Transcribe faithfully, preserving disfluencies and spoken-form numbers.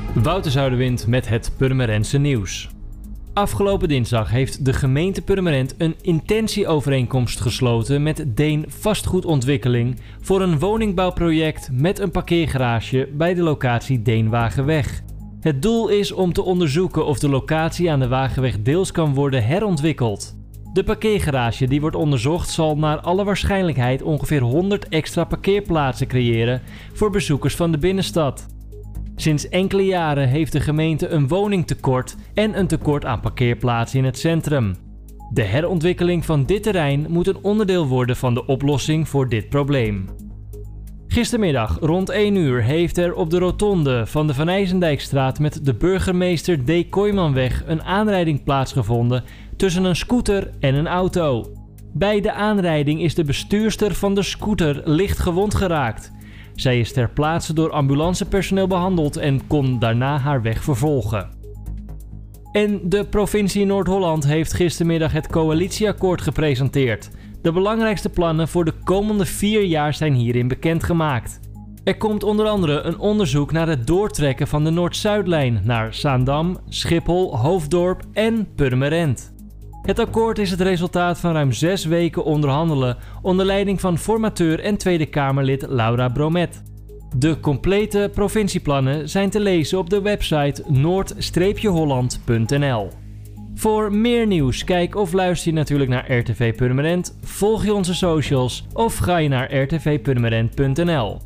Wouter Zuiderwind met het Purmerendse nieuws. Afgelopen dinsdag heeft de gemeente Purmerend een intentieovereenkomst gesloten met Deen Vastgoedontwikkeling voor een woningbouwproject met een parkeergarage bij de locatie Deen-Wagenweg. Het doel is om te onderzoeken of de locatie aan de Wagenweg deels kan worden herontwikkeld. De parkeergarage die wordt onderzocht zal naar alle waarschijnlijkheid ongeveer honderd extra parkeerplaatsen creëren voor bezoekers van de binnenstad. Sinds enkele jaren heeft de gemeente een woningtekort en een tekort aan parkeerplaatsen in het centrum. De herontwikkeling van dit terrein moet een onderdeel worden van de oplossing voor dit probleem. Gistermiddag rond één uur heeft er op de rotonde van de Van IJsendijkstraat met de Burgemeester D. Kooimanweg een aanrijding plaatsgevonden tussen een scooter en een auto. Bij de aanrijding is de bestuurster van de scooter licht gewond geraakt. Zij is ter plaatse door ambulancepersoneel behandeld en kon daarna haar weg vervolgen. En de provincie Noord-Holland heeft gistermiddag het coalitieakkoord gepresenteerd. De belangrijkste plannen voor de komende vier jaar zijn hierin bekendgemaakt. Er komt onder andere een onderzoek naar het doortrekken van de Noord-Zuidlijn naar Zaandam, Schiphol, Hoofddorp en Purmerend. Het akkoord is het resultaat van ruim zes weken onderhandelen onder leiding van formateur en Tweede Kamerlid Laura Bromet. De complete provincieplannen zijn te lezen op de website noord holland punt n l. Voor meer nieuws, kijk of luister je natuurlijk naar R T V Purmerend, volg je onze socials of ga je naar r t v purmerend punt n l.